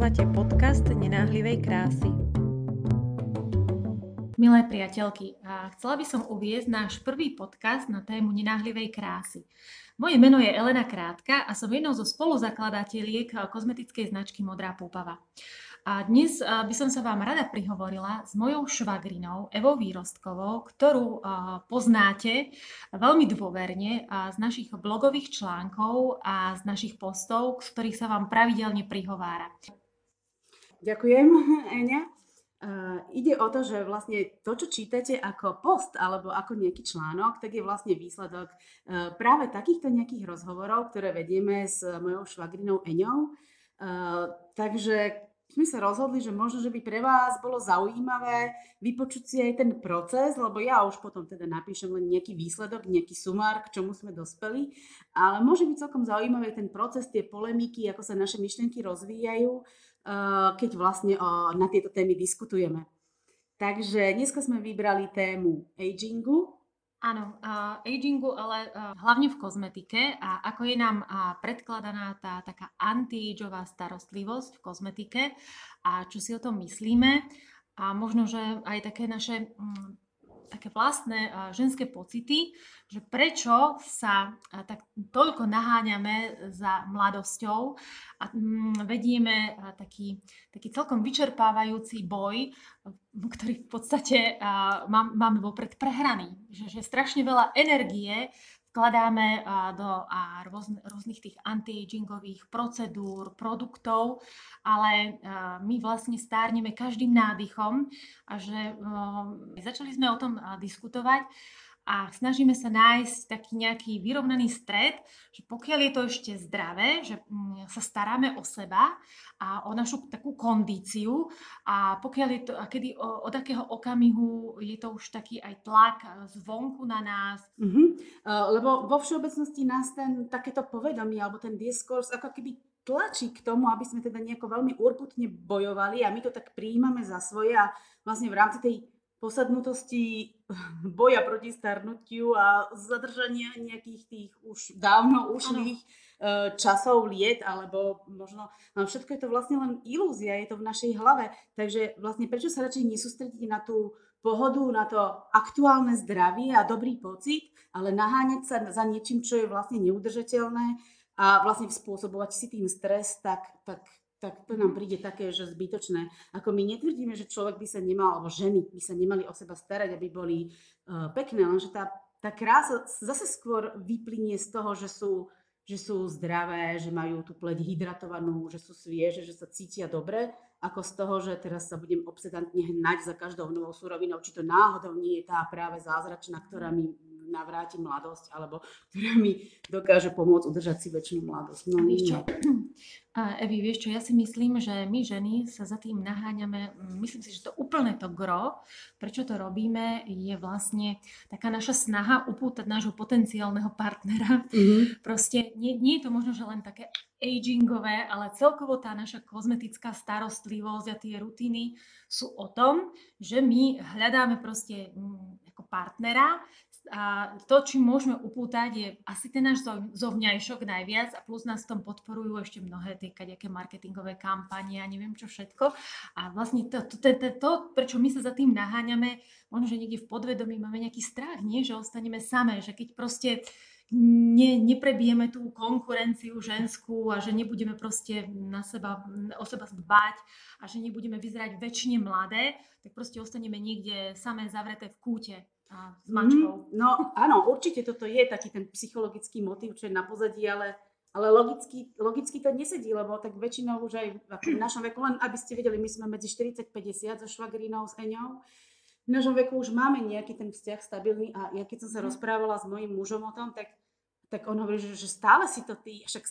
Počúvate podcast Nenáhlivej krásy. Milé priateľky, chcela by som uviesť náš prvý podcast na tému nenáhlivej krásy. Moje meno je Elena Krátka a som jednou zo spoluzakladatieliek kozmetickej značky Modrá púpava. A dnes by som sa vám rada prihovorila s mojou švagrinou Evou Výrostkovou, ktorú poznáte veľmi dôverne z našich blogových článkov a z našich postov, z ktorých sa vám pravidelne prihovára. Ďakujem, Eňa. Ide o to, že vlastne to, čo čítate ako post alebo ako nejaký článok, tak je vlastne výsledok práve takýchto nejakých rozhovorov, ktoré vedieme s mojou švagrinou Eňou. Takže sme sa rozhodli, že možno, že by pre vás bolo zaujímavé vypočuť si aj ten proces, lebo ja už potom teda napíšem len nejaký výsledok, nejaký sumár, k čomu sme dospeli, ale môže byť celkom zaujímavý ten proces, tie polemiky, ako sa naše myšlienky rozvíjajú, keď vlastne na tieto témy diskutujeme. Takže dneska sme vybrali tému agingu. Áno, agingu, ale hlavne v kozmetike a ako je nám predkladaná tá taká anti-ageová starostlivosť v kozmetike a čo si o tom myslíme a možno, že aj také naše také vlastné ženské pocity, že prečo sa tak toľko naháňame za mladosťou a vedieme taký celkom vyčerpávajúci boj, ktorý v podstate máme vopred prehraný. Že strašne veľa energie vkladáme do rôznych tých anti-agingových procedúr, produktov, ale my vlastne stárneme každým nádychom a že začali sme o tom diskutovať a snažíme sa nájsť taký nejaký vyrovnaný stred, že pokiaľ je to ešte zdravé, že sa staráme o seba a o našu takú kondíciu a pokiaľ je to, od akého okamihu je to už taký aj tlak zvonku na nás. Lebo vo všeobecnosti nás takéto povedomie alebo ten diskurs ako keby tlačí k tomu, aby sme teda nejako veľmi urputne bojovali a my to tak prijímame za svoje a vlastne v rámci tej posadnutosti boja proti starnutiu a zadržania nejakých tých už dávno ušlých časov liet, alebo možno všetko je to vlastne len ilúzia, je to v našej hlave. Takže vlastne prečo sa radšej nesústrediť na tú pohodu, na to aktuálne zdravie a dobrý pocit, ale naháňať sa za niečím, čo je vlastne neudržateľné a vlastne spôsobovať si tým stres, tak to nám príde také, že zbytočné. Ako my netvrdíme, že človek by sa nemal, alebo ženy by sa nemali o seba starať, aby boli pekné, lenže tá krása zase skôr vyplynie z toho, že sú zdravé, že majú tú pleť hydratovanú, že sú svieže, že sa cítia dobre, ako z toho, že teraz sa budem obsedantne hnať za každou novou surovinou, či to náhodou nie je tá práve zázračná, ktorá mi navráti mladosť, alebo ktorá mi dokáže pomôcť udržať si väčšinu mladosť. No, vieš čo? Evi, vieš čo, ja si myslím, že my ženy sa za tým naháňame, myslím si, že to úplne to gro, prečo to robíme, je vlastne taká naša snaha upútať nášho potenciálneho partnera. Proste nie je to možno, že len také agingové, ale celkovo tá naša kozmetická starostlivosť a tie rutiny sú o tom, že my hľadáme proste ako partnera. A to, čím môžeme upútať, je asi ten náš zovňajšok najviac a plus nás v tom podporujú ešte mnohé tie kadejaké marketingové kampanie a neviem čo všetko. A vlastne to, prečo my sa za tým naháňame, možno, že niekde v podvedomí máme nejaký strach, nie? Že ostaneme samé, že keď proste neprebijeme tú konkurenciu ženskú a že nebudeme proste o seba dbať a že nebudeme vyzerať väčšine mladé, tak proste ostaneme niekde samé zavreté v kúte s mačkou. No áno, určite toto je taký ten psychologický motív, čo je na pozadí, ale logicky to nesedí, lebo tak väčšinou už aj v našom veku, len aby ste vedeli, my sme medzi 40-50 so švagrinou, s Eňou. V našom veku už máme nejaký ten vzťah stabilný a ja keď som sa rozprávala s mojím mužom o tom, tak on hovorí, že stále si to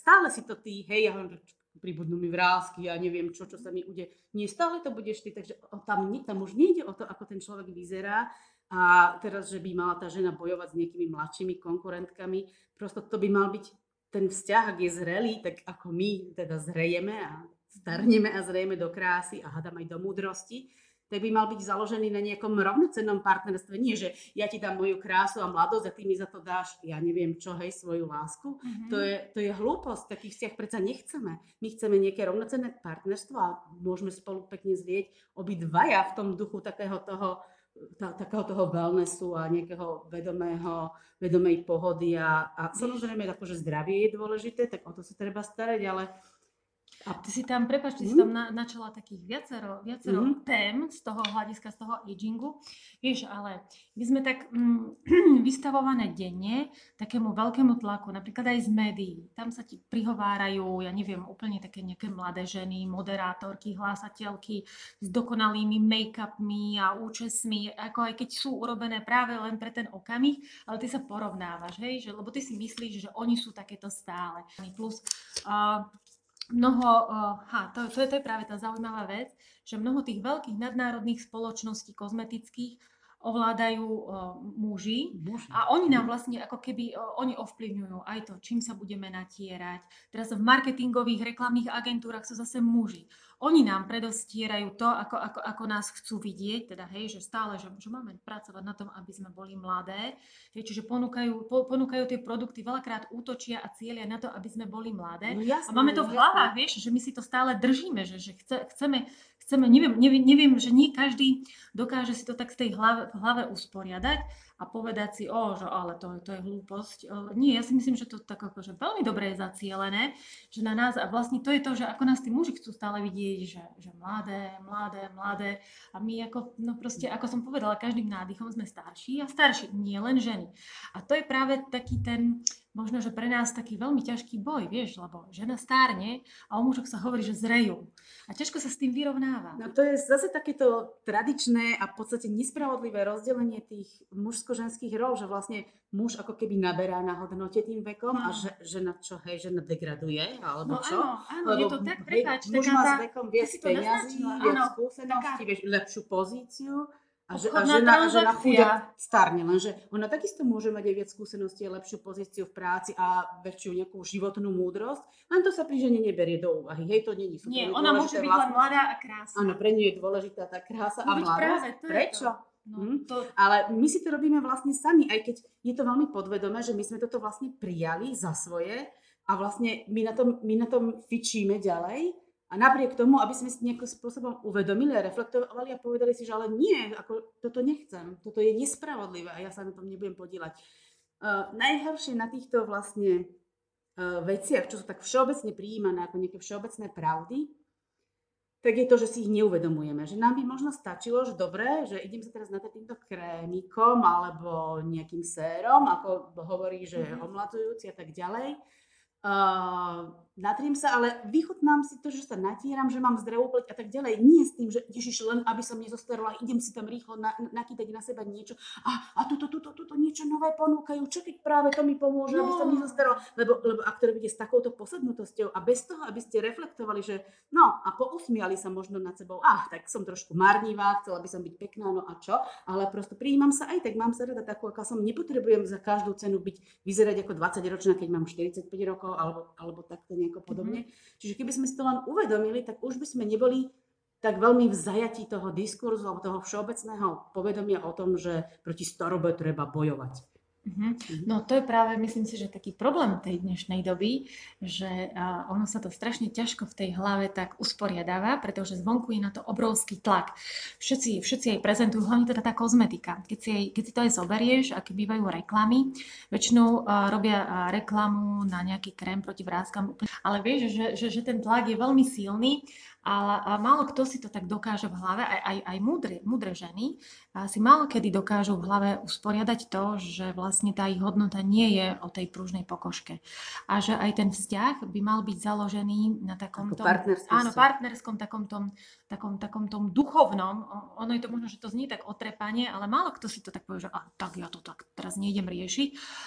ty, hej, ja hovorím, pribudnú mi vrásky a neviem čo sa mi udeje. Nie, stále to budeš ty, takže tam už nejde o to, ako ten človek vyzerá a teraz, že by mala tá žena bojovať s nejakými mladšími konkurentkami, prosto to by mal byť ten vzťah, ak je zrelý, tak ako my teda zrejeme a starneme a zrejeme do krásy a hádam aj do múdrosti, tak by mal byť založený na nejakom rovnocennom partnerstve. Nie, že ja ti dám moju krásu a mladosť a ty mi za to dáš, ja neviem čo, hej, svoju lásku. To je hlúposť, taký vzťah predsa nechceme. My chceme nejaké rovnocenné partnerstvo a môžeme spolu pekne zvieť obidvaja v tom duchu takého toho wellnessu a nejakého vedomej pohody a samozrejme akože zdravie je dôležité, tak o to sa treba starať, ale Ty si tam načala takých viacero tém z toho hľadiska, z toho agingu. Vieš, ale my sme tak vystavované denne takému veľkému tlaku, napríklad aj z médií. Tam sa ti prihovárajú, ja neviem, úplne také nejaké mladé ženy, moderátorky, hlásateľky s dokonalými make-upmi a účesmi, ako aj keď sú urobené práve len pre ten okamih, ale ty sa porovnávaš, hej, lebo ty si myslíš, že oni sú takéto stále. Plus to je práve tá zaujímavá vec, že mnoho tých veľkých nadnárodných spoločností kozmetických ovládajú muži a oni nám vlastne ako keby oni ovplyvňujú aj to, čím sa budeme natierať. Teraz v marketingových reklamných agentúrach sú zase muži. Oni nám predostierajú to, ako nás chcú vidieť, teda hej, že stále, že máme pracovať na tom, aby sme boli mladé. Hej, čiže ponúkajú tie produkty, veľakrát útočia a cieľia na to, aby sme boli mladé. No jasné, a máme to v hlavách, vieš, že my si to stále držíme, že chceme, neviem, že nie každý dokáže si to tak v tej hlave usporiadať a povedať si, že ale to je hlúposť. Nie, ja si myslím, že to tak akože veľmi dobre je zacielené, že na nás, a vlastne to je to, že ako nás tí muži chcú stále vidieť, že mladé a my ako, no proste, ako som povedala, každým nádychom sme starší a starší, nie len ženy. A to je práve taký ten, možno, že pre nás taký veľmi ťažký boj, vieš, lebo žena stárne a o mužoch sa hovorí, že zrejú. A ťažko sa s tým vyrovnáva. No to je zase takéto tradičné a v podstate nespravodlivé rozdelenie tých mužsko-ženských rol, že vlastne muž ako keby naberá na hodnote tým vekom a žena degraduje, alebo čo? Áno, je to tak, prepáč. Muž má s vekom viac peňazí, viac skúseností, lepšiu pozíciu. A žena chudák starne, lenže ona takisto môže mať aj viac skúseností a lepšiu pozíciu v práci a väčšiu nejakú životnú múdrosť, len to sa pri žene neberie do úvahy. Hej, to nie sú. Nie, ona môže byť len mladá a krásna. Áno, pre ňu je dôležitá tá krása a mladosť. Prečo? To... Ale my si to robíme vlastne sami, aj keď je to veľmi podvedomé, že my sme toto vlastne prijali za svoje a vlastne my na tom fičíme ďalej. A napriek tomu, aby sme si nejakým spôsobom uvedomili a reflektovali a povedali si, že ale nie, ako toto nechcem, toto je nespravodlivé a ja sa na tom nebudem podieľať. Najhoršie na týchto vlastne veciach, čo sú tak všeobecne prijímané ako nejaké všeobecné pravdy, tak je to, že si ich neuvedomujeme. Že nám by možno stačilo, že dobre, že idem sa teraz natrieť týmto krémikom alebo nejakým sérom, ako hovorí, že je omladzujúci a tak ďalej. Natriem sa, ale vychutnám si to, že sa natieram, že mám zdravú pleť a tak ďalej. Nie s tým, že ježiš, len aby som nezostarala, idem si tam rýchlo nakýdať na seba niečo a tuto niečo nové ponúkajú, čo keď práve to mi pomôže, aby som nezostarala. Lebo ak to robíte s takouto posadnutosťou a bez toho, aby ste reflektovali, že a pousmiali sa možno nad sebou, tak som trošku marnivá, chcela by som byť pekná, no a čo, ale prosto prijímam sa aj tak, mám sa rada takú, aká som, nepotrebujem za každú cenu vyzerať ako 20-ročná, keď mám 45 rokov alebo takto nejako podobne. Čiže keby sme si to len uvedomili, tak už by sme neboli tak veľmi v zajatí toho diskurzu alebo toho všeobecného povedomia o tom, že proti starobe treba bojovať. No to je práve, myslím si, že taký problém tej dnešnej doby, že ono sa to strašne ťažko v tej hlave tak usporiadáva, pretože zvonku je na to obrovský tlak. Všetci aj prezentujú, hlavne teda tá kozmetika. Keď si to aj zoberieš, aké bývajú reklamy, väčšinou robia reklamu na nejaký krém proti vrástkam, ale vieš, že ten tlak je veľmi silný a málo kto si to tak dokáže v hlave, aj múdre ženy si málo kedy dokážu v hlave usporiadať to, že vlastne tá ich hodnota nie je o tej pružnej pokožke. A že aj ten vzťah by mal byť založený na takomto partnerskom, takom tom duchovnom. Ono je to možno, že to znie tak otrepanie, ale málo kto si to tak povie, že tak ja to tak teraz nejdem riešiť.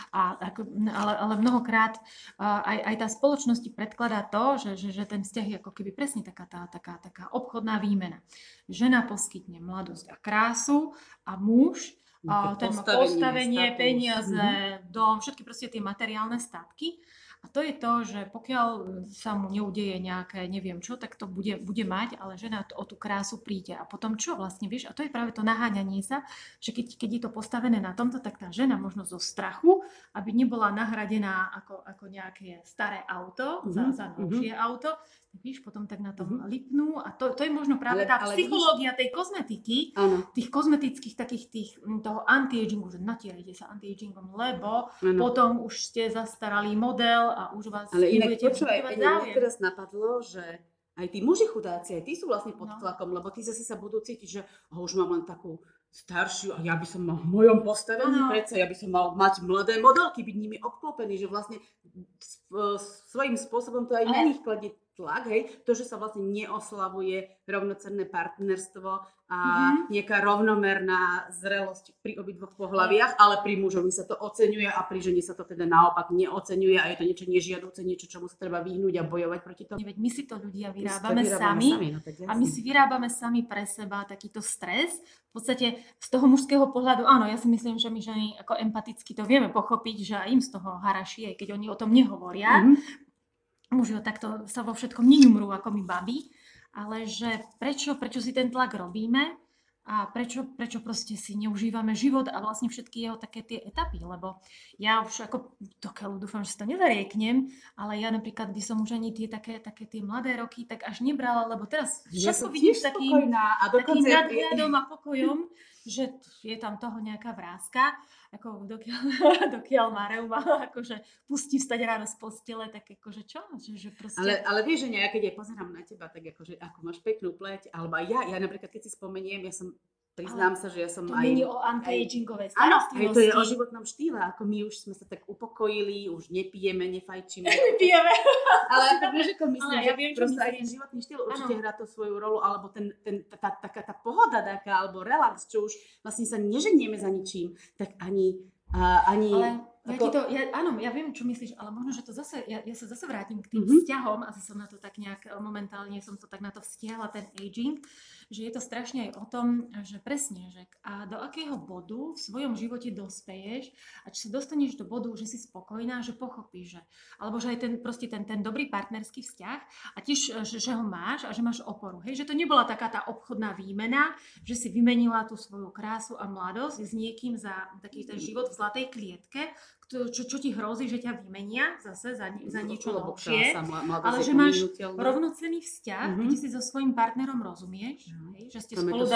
Ale mnohokrát aj tá spoločnosť predkladá to, že ten vzťah je ako keby presne taká obchodná výmena. Žena poskytne mladosť a krásu a muž Nejaké ten postavenie, postavenie, status. peniaze, dom, všetky proste tie materiálne statky. A to je to, že pokiaľ sa mu neudeje nejaké, neviem čo, tak to bude mať, ale žena o tú krásu príde. A potom čo vlastne, vieš? A to je práve to naháňanie sa, že keď je to postavené na tomto, tak tá žena možno zo strachu, aby nebola nahradená ako nejaké staré auto, za novšie auto, tak víš, potom tak na tom lipnú. A to je možno práve tá psychológia tej kozmetiky, tých kozmetických takých toho anti-agingu, že natierajte sa anti-agingom, lebo potom už ste zastaralý model a už vás nebudete vzbudzovať záujem. Mňa teraz napadlo, že aj tí muži chudáci, aj tí sú vlastne pod tlakom, lebo tí zase sa budú cítiť, že už mám len takú staršiu a ja by som mal v mojom postavení, predsa ja by som mal mať mladé modelky, byť nimi obklopený, že vlastne svojím spôsobom to aj na nich kladie tlak, hej, to, že sa vlastne neoslavuje rovnocenné partnerstvo a nejaká rovnomerná zrelosť pri obidvoch pohlaviach, ale pri mužovi sa to oceňuje a pri žene sa to teda naopak neoceňuje a je to niečo nežiaduce, niečo, čomu sa treba vyhnúť a bojovať proti tomu. Veď my si to ľudia vyrábame sami a my si vyrábame sami pre seba takýto stres. V podstate z toho mužského pohľadu, áno, ja si myslím, že my ženy ako empaticky to vieme pochopiť, že aj im z toho haraší, aj keď oni o tom nehovoria. Muži takto sa vo všetkom neumrú ako my baby, ale že prečo si ten tlak robíme a prečo proste si neužívame život a vlastne všetky jeho také tie etapy, lebo ja už ako dokiaľ dúfam, že si to nezarieknem, ale ja napríklad by som už ani tie také tie mladé roky tak až nebrala, lebo teraz všetko vidím takým nadhľadom a pokojom, že je tam toho nejaká vrázka, ako dokiaľ má reuma, akože pustí vstať ráno z postele, tak akože čo? Že proste... ale vieš, že keď aj pozerám na teba, tak akože ako máš peknú pleť, alebo aj ja napríklad, keď si spomeniem, priznám sa, že ja som to aj... To není o anti-agingovej starostlivosti. Áno, to je o životnom štýle, ako my už sme sa tak upokojili, už nepijeme, nefajčíme. Nepijeme. Ale ako vieš, ako myslím, ja viem, že proste aj ten životný štýl určite hrá to svoju rolu, alebo taká tá pohoda taká, alebo relax, čo už vlastne sa neženieme za ničím, tak ani áno, ja viem, čo myslíš, ale možno, že to zase, ja sa zase vrátim k tým vzťahom, asi som na to tak nejak, momentálne som to tak na to vzťahla, ten aging, že je to strašne aj o tom, že presne, že a do akého bodu v svojom živote dospeješ a či sa dostaneš do bodu, že si spokojná, že pochopíš, že, alebo že aj ten dobrý partnerský vzťah a tiež, že ho máš a že máš oporu, hej, že to nebola taká tá obchodná výmena, že si vymenila tú svoju krásu a mladosť s niekým za taký ten život v zlatej klietke, čo ti hrozí, že ťa vymenia zase za niečo novšie, ale že máš rovnocenný vzťah, kde si so svojím partnerom rozumieš, že ste spolu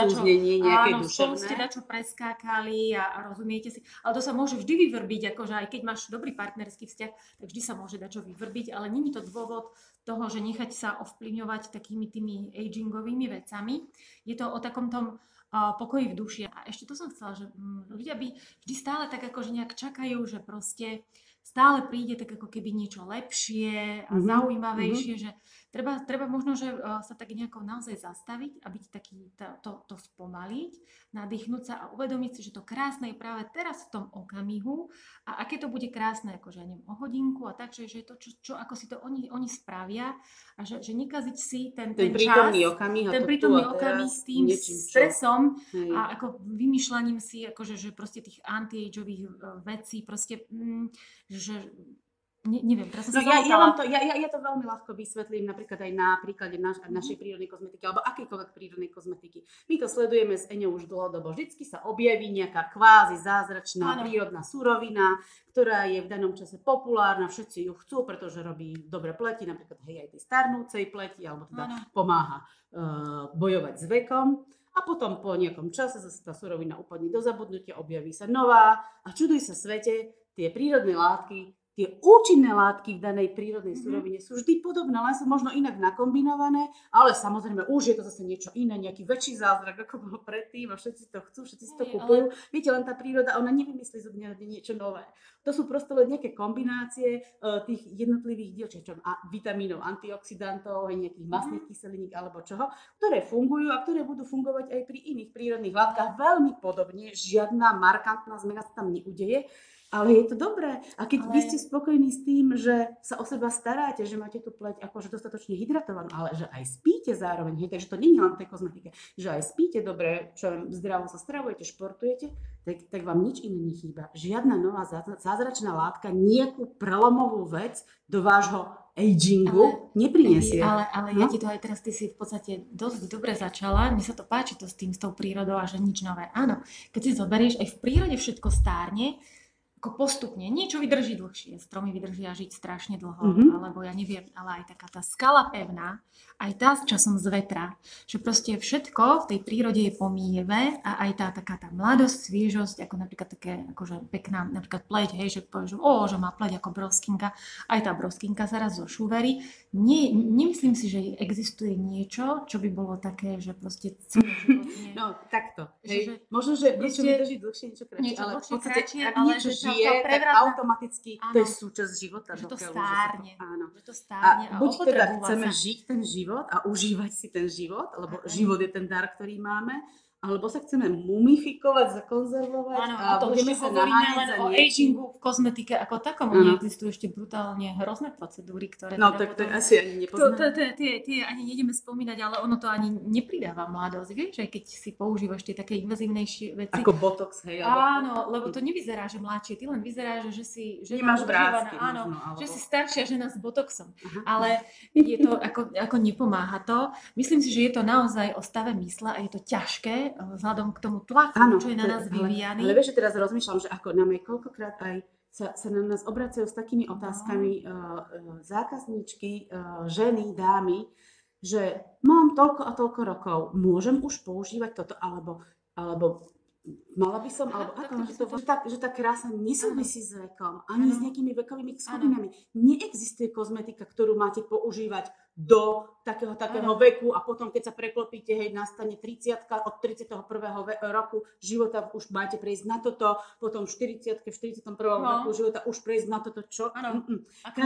ste dačo preskákali a rozumiete si, ale to sa môže vždy vyvrbiť, akože aj keď máš dobrý partnerský vzťah, tak vždy sa môže dačo vyvrbiť, ale nie je to dôvod toho, že nechať sa ovplyvňovať takými tými agingovými vecami. Je to o takom tom pokoji v duši. A ešte to som chcela, že ľudia by vždy stále tak akože nejak čakajú, že proste stále príde tak ako keby niečo lepšie a zaujímavejšie, že treba možno, že sa tak nejako naozaj zastaviť a byť taký, to spomaliť, nadýchnúť sa a uvedomiť si, že to krásne je práve teraz v tom okamihu a aké to bude krásne, akože ja neviem, o hodinku a tak, že je to, čo ako si to oni spravia a že nekaziť si ten prítomný čas, okamih, ten prítomný okamih s tým stresom a ako vymýšľaním si, akože, že proste tých anti-ageových vecí, proste, že neviem, teraz som ja to veľmi ľahko vysvetlím, napríklad aj na príklade našej prírodnej kozmetiky, alebo akejkoľvek prírodnej kozmetiky. My to sledujeme s Eňou už dlhodobo. Vždycky sa objaví nejaká kvázi zázračná prírodná surovina, ktorá je v danom čase populárna, všetci ju chcú, pretože robí dobre pleti, napríklad aj tej starnúcej pleti, alebo teda pomáha bojovať s vekom. A potom po nejakom čase zase tá surovina upadne do zabudnutia, objaví sa nová a čuduj sa svete, tie prírodné látky, tie účinné látky v danej prírodnej surovine sú vždy podobné, len sú možno inak nakombinované, ale samozrejme už je to zase niečo iné, nejaký väčší zázrak, ako bol predtým a všetci to chcú, všetci si to kupujú. Viete, len tá príroda, ona nevymyslí zo dňa na deň niečo nové. To sú proste len nejaké kombinácie tých jednotlivých dielčíčov a vitamínov, antioxidantov, aj nejakých mastných kyseliník alebo čoho, ktoré fungujú a ktoré budú fungovať aj pri iných prírodných látkach veľmi podobne. Žiadna markantná zmena sa tam neudeje. Ale je to dobré. A keď vy ste spokojní s tým, že sa o seba staráte, že máte tú pleť akože dostatočne hydratovanú, ale že aj spíte zároveň, takže to nie je len v tej kozmetike, že aj spíte dobre, čo zdravo sa stravujete, športujete, tak vám nič iné nechýba. Žiadna nová zázračná látka nejakú prelomovú vec do vášho agingu neprinesie. Ale ja ti to aj teraz, ty si v podstate dosť dobre začala, mne sa to páči to s tou prírodou a že nič nové. Áno, keď si zoberieš, aj v prírode všetko stárne, ako postupne. Niečo vydrží dlhšie, stromy vydržia žiť strašne dlho, alebo ja neviem, ale aj taká tá skala pevná, aj tá s časom z vetra, že proste všetko v tej prírode je pomíjivé a aj tá taká tá mladosť, sviežosť, ako napríklad také akože pekná, napríklad pleť, hej, že povieš, že má pleť ako broskinka, aj tá broskinka sa raz zošúverí. Nemyslím si, že existuje niečo, čo by bolo také, že proste celoživotne. No, takto. Hej. Možno, že niečo vydrží dlhšie, niečo kratšie, ale v podstate, ak niečo žije, tak automaticky to je súčasť života. Že to stárne. Áno. Že to stárne a buď teda chceme žiť ten život a užívať si ten život, lebo život je ten dar, ktorý máme, alebo sa chceme mumifikovať, zakonzervovať a budeme sa naháňať za o agingu v kozmetike ako takom. Neexistujú ešte brutálne hrozné procedúry, ktoré... No, tak to asi ani nepoznáme. Tie ani nejdeme spomínať, ale ono to ani nepridáva mladosť. Vieš, aj keď si používaš tie také invazívnejšie veci. Ako botox, hej. Áno, lebo to nevyzerá, že mladšie. Ty len vyzerá, že si... Nemáš vrásky. Áno, že si staršia žena s botoxom. Ale je to, ako nepomáha to. Myslím si, že je to naozaj o stave mysle a je to ťažké vzhľadom k tomu tlaku, čo je na nás vyvíjaný. Ale vieš, že teraz rozmýšľam, že ako nám koľkokrát aj sa na nás obracajú s takými otázkami zákazníčky, ženy, dámy, že mám toľko a toľko rokov, môžem už používať toto, alebo mala by som, alebo ako, že tá krása nesúvisí s vekom, ani s nejakými vekovými skupinami. Neexistuje kozmetika, ktorú máte používať do takého veku a potom, keď sa preklopíte, hej, nastane 30-ka, od 31. roku života už máte prejsť na toto, potom v 40-ke, v 41. roku života už prejsť na toto, čo? Ako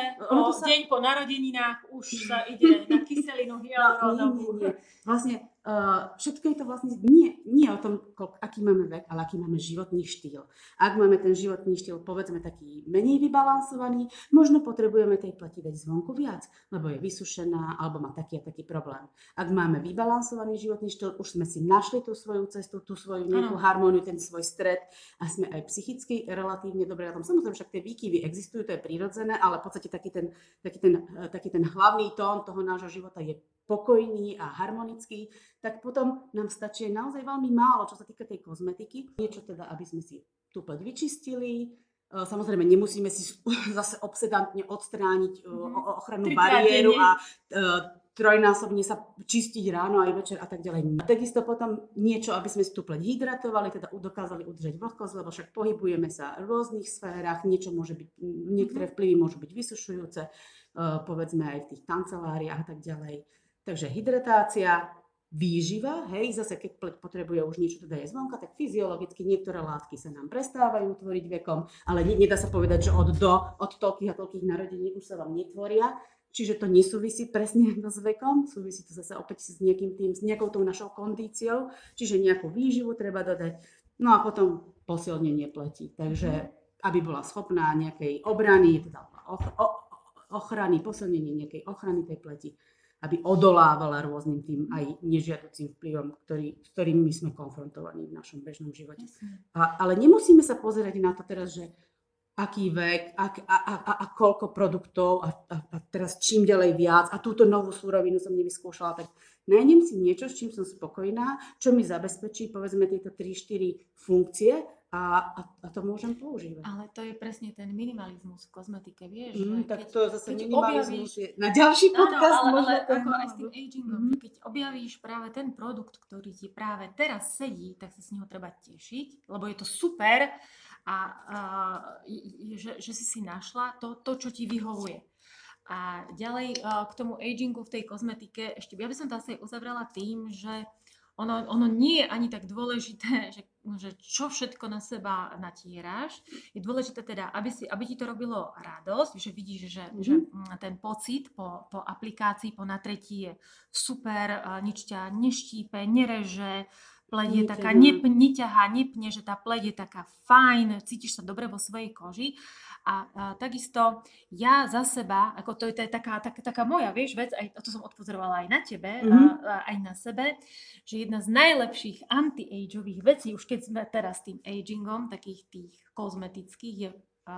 deň po narodeninách už sa ide na kyselinu hyalurónovú. Nie. Vlastne všetko je to vlastne nie o tom, aký máme vek, ale aký máme životný štýl. Ak máme ten životný štýl, povedzme, taký menej vybalansovaný, možno potrebujeme tej pleti dať zvonku viac, lebo je vysušená, alebo má taký a taký problém. Ak máme vybalansovaný životný štýl, už sme si našli tú svoju cestu, tú svoju nejakú harmóniu, ten svoj stred a sme aj psychicky relatívne dobré na tom. Samozrejme, však tie výkyvy existujú, to je prirodzené, ale v podstate taký ten hlavný tón toho nášho života je pokojný a harmonický, tak potom nám stačí naozaj veľmi málo, čo sa týka tej kozmetiky. Niečo teda, aby sme si tú pleť vyčistili. Samozrejme, nemusíme si zase obsedantne odstrániť ochrannú bariéru a trojnásobne sa čistiť ráno aj večer a tak ďalej. Takisto potom niečo, aby sme si tú pleť hydratovali, teda dokázali udržať vlhkosť, lebo však pohybujeme sa v rôznych sférach, niektoré vplyvy môžu byť vysušujúce, povedzme aj v tých kanceláriách a tak ďalej. Takže hydratácia, výživa, hej, zase keď pleť potrebuje už niečo teda je zvonka, tak fyziologicky niektoré látky sa nám prestávajú tvoriť vekom, ale nedá sa povedať, že od toľkých a toľkých narodení už sa vám netvoria, čiže to nesúvisí presne s vekom, súvisí to zase opäť s nejakou tou našou kondíciou, čiže nejakú výživu treba dodať, no a potom posilnenie pleti, takže aby bola schopná nejakej obrany, teda ochrany, posilnenie nejakej ochrany tej pleti, aby odolávala rôznym tým aj nežiaducím vplyvom, s ktorými sme konfrontovaní v našom bežnom živote. Ale nemusíme sa pozerať na to teraz, že aký vek, a koľko produktov a teraz čím ďalej viac a túto novú súrovinu som nevyskúšala, tak nájdem si niečo, s čím som spokojná, čo mi zabezpečí povedzme tieto 3-4 funkcie a to môžem používať. Ale to je presne ten minimalizmus v kozmetike, vieš? Tak to zase minimalizmus je na ďalší podcast. Ale ako aj s tým agingom, že keď objavíš práve ten produkt, ktorý ti práve teraz sedí, tak sa z neho treba tešiť, lebo je to super a že si našla to, čo ti vyhovuje. A ďalej k tomu agingu v tej kozmetike, ešte ja by som to asi uzavrela tým, že ono nie je ani tak dôležité, že čo všetko na seba natieráš. Je dôležité teda, aby ti to robilo radosť, že vidíš, že ten pocit po aplikácii, po natretí je super, nič ťa neštípe, nereže, pleť je taká, neťahá, nepne, že tá pleť je taká fajn, cítiš sa dobre vo svojej koži. A takisto ja za seba, ako to je taká moja, vieš, vec, aj to som odpozorovala aj na tebe, aj na sebe, že jedna z najlepších anti-ageových vecí, už keď sme teraz tým agingom, takých tých kozmetických, je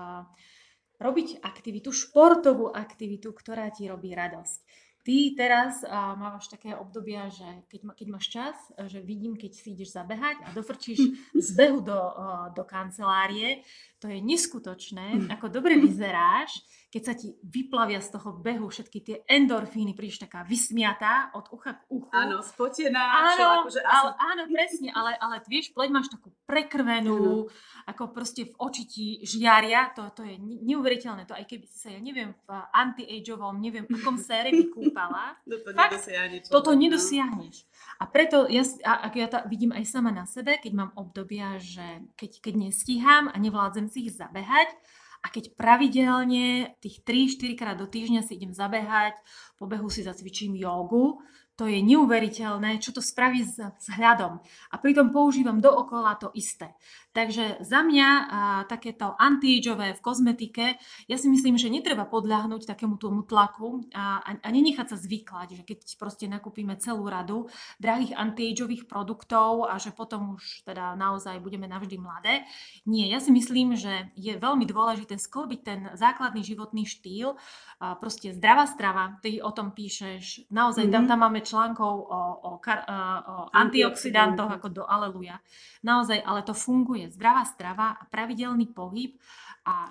robiť aktivitu, športovú aktivitu, ktorá ti robí radosť. Ty teraz máš také obdobia, že keď máš čas, že vidím, keď si ideš zabehať a dofrčíš z behu do kancelárie, to je neskutočné, ako dobre vyzeráš, keď sa ti vyplavia z toho behu všetky tie endorfíny, prídeš taká vysmiatá od ucha k uchu. Áno, spotená. Áno, áno, presne, ale vieš, pleť máš takú prekrvenú, ako proste v oči ti žiaria, to je neuveriteľné, to aj keby si sa, ja neviem, v anti-ageovom, neviem, akom sére vykúpala. Toto nedosiahneš. A preto ja vidím aj sama na sebe, keď mám obdobia, že keď nestíham a nevládzem si ich zabehať, a keď pravidelne tých 3-4 krát do týždňa si idem zabehať, po behu si zacvičím jogu, to je neuveriteľné, čo to spraví s hľadom. A pritom používam dookola to isté. Takže za mňa takéto anti-ageové v kozmetike, ja si myslím, že netreba podľahnúť takému tomu tlaku a nenechať sa zvyklať, že keď proste nakúpime celú radu drahých anti-ageových produktov a že potom už teda naozaj budeme navždy mladé. Nie, ja si myslím, že je veľmi dôležité sklbiť ten základný životný štýl, proste zdravá strava, ty o tom píšeš, naozaj tam máme článkov o antioxidantoch ako do aleluja. Naozaj, ale to funguje. Zdravá strava a pravidelný pohyb a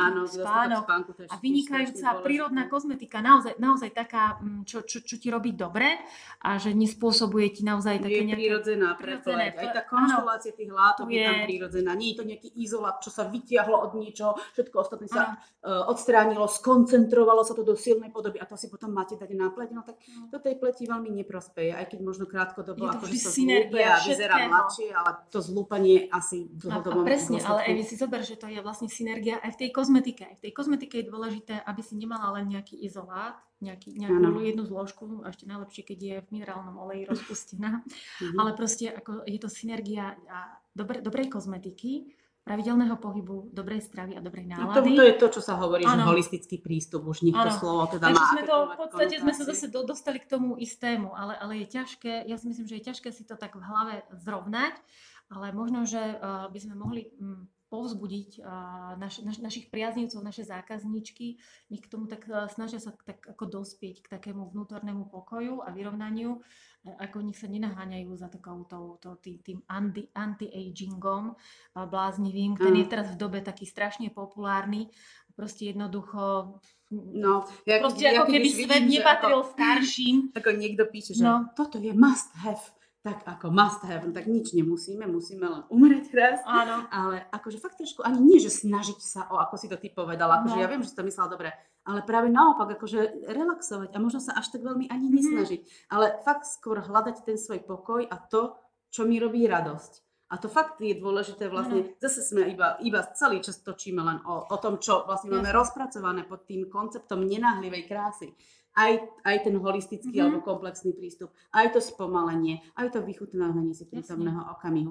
vynikajúca prírodná kozmetika. Naozaj taká, čo ti robí dobre a že nespôsobuje ti naozaj také nejaké... Je prirodzená pre pleť. Aj tá konštelácia tých látok je tam prirodzená. Nie je to nejaký izolát, čo sa vytiahlo od niečoho, všetko ostatné sa odstránilo, skoncentrovalo sa to do silnej podoby a to si potom máte dať na pleť. No tak to tej pleti veľmi neprospeje, aj keď možno krátkodobo akože sa zlúpe a vyzerá mladšie, ale to zlúpanie asi v dlhodobom presne, ale Evi, si zober, že to je vlastne synergia aj v tej kozmetike. Aj v tej kozmetike je dôležité, aby si nemala len nejaký izolát, nejakú jednu zložku, a ešte najlepšie, keď je v minerálnom oleji rozpustená, ale proste ako je to synergia dobrej kozmetiky, pravidelného pohybu, dobrej stravy a dobrej nálady. To je to, čo sa hovorí, že holistický prístup, už nech to slovo teda má. V podstate sme sa zase dostali k tomu istému, ale je ťažké, ja si myslím, že je ťažké si to tak v hlave zrovnať, ale možno, že by sme mohli povzbudiť našich priaznivcov, naše zákazníčky, nech k tomu tak snažia sa tak ako dospieť k takému vnútornému pokoju a vyrovnaniu, ako nech sa nenaháňajú za tým anti-agingom bláznivým, ten je teraz v dobe taký strašne populárny, proste jednoducho ako keby svet nepatril starším. Ako niekto píše, že toto je must have. Tak ako must have, tak nič nemusíme, musíme len umrieť raz. Áno. Ale akože fakt trošku, ani nie, že snažiť sa ako si to ty povedala, akože ja viem, že si to myslela dobre, ale práve naopak, akože relaxovať a možno sa až tak veľmi ani nesnažiť, ale fakt skôr hľadať ten svoj pokoj a to, čo mi robí radosť. A to fakt je dôležité vlastne, zase sme iba celý čas točíme len o tom, čo vlastne máme rozpracované pod tým konceptom nenáhlivej krásy. Aj ten holistický alebo komplexný prístup, aj to spomalenie, aj to vychutnávanie si prítomného okamihu,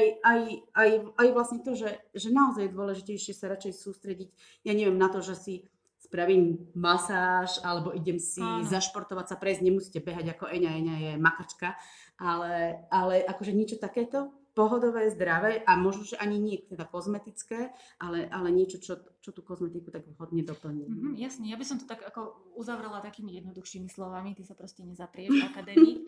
aj vlastne to, že naozaj je dôležitejšie sa radšej sústrediť, ja neviem, na to, že si spravím masáž, alebo idem si zašportovať sa, prejsť, nemusíte behať ako Eňa je makačka, ale akože niečo takéto pohodové, zdravé a možno, že ani nie teda kozmetické, ale niečo, čo tú kozmetiku tak vhodne doplní. Jasne, ja by som to tak ako uzavrela takými jednoduchšími slovami, ty sa proste nezaprieš akadémik.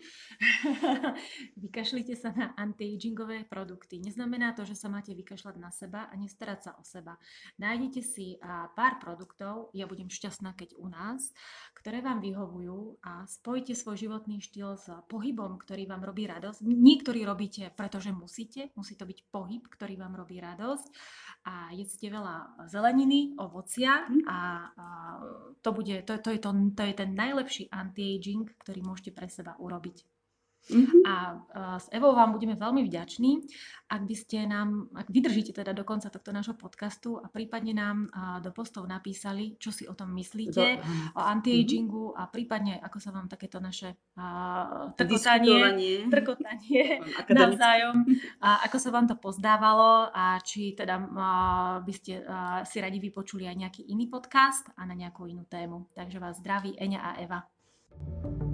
Vykašlite sa na anti-agingové produkty. Neznamená to, že sa máte vykašľať na seba a nestarať sa o seba. Nájdete si pár produktov, ja budem šťastná, keď u nás, ktoré vám vyhovujú a spojite svoj životný štýl s pohybom, ktorý vám robí radosť. Niektorí robíte, pretože musí to byť pohyb, ktorý vám robí radosť a jedzte veľa zeleniny, ovocia a to je ten najlepší anti-aging, ktorý môžete pre seba urobiť. Mhm. A s Evou vám budeme veľmi vďační, ak vydržíte teda do konca tohto nášho podcastu a prípadne nám do postov napísali, čo si o tom myslíte, Áno. o anti-agingu a prípadne, ako sa vám takéto naše Diskutovanie trkotanie akademické. navzájom, a ako sa vám to pozdávalo a či teda by ste si radi vypočuli aj nejaký iný podcast a na nejakú inú tému. Takže vás zdraví Eňa a Eva.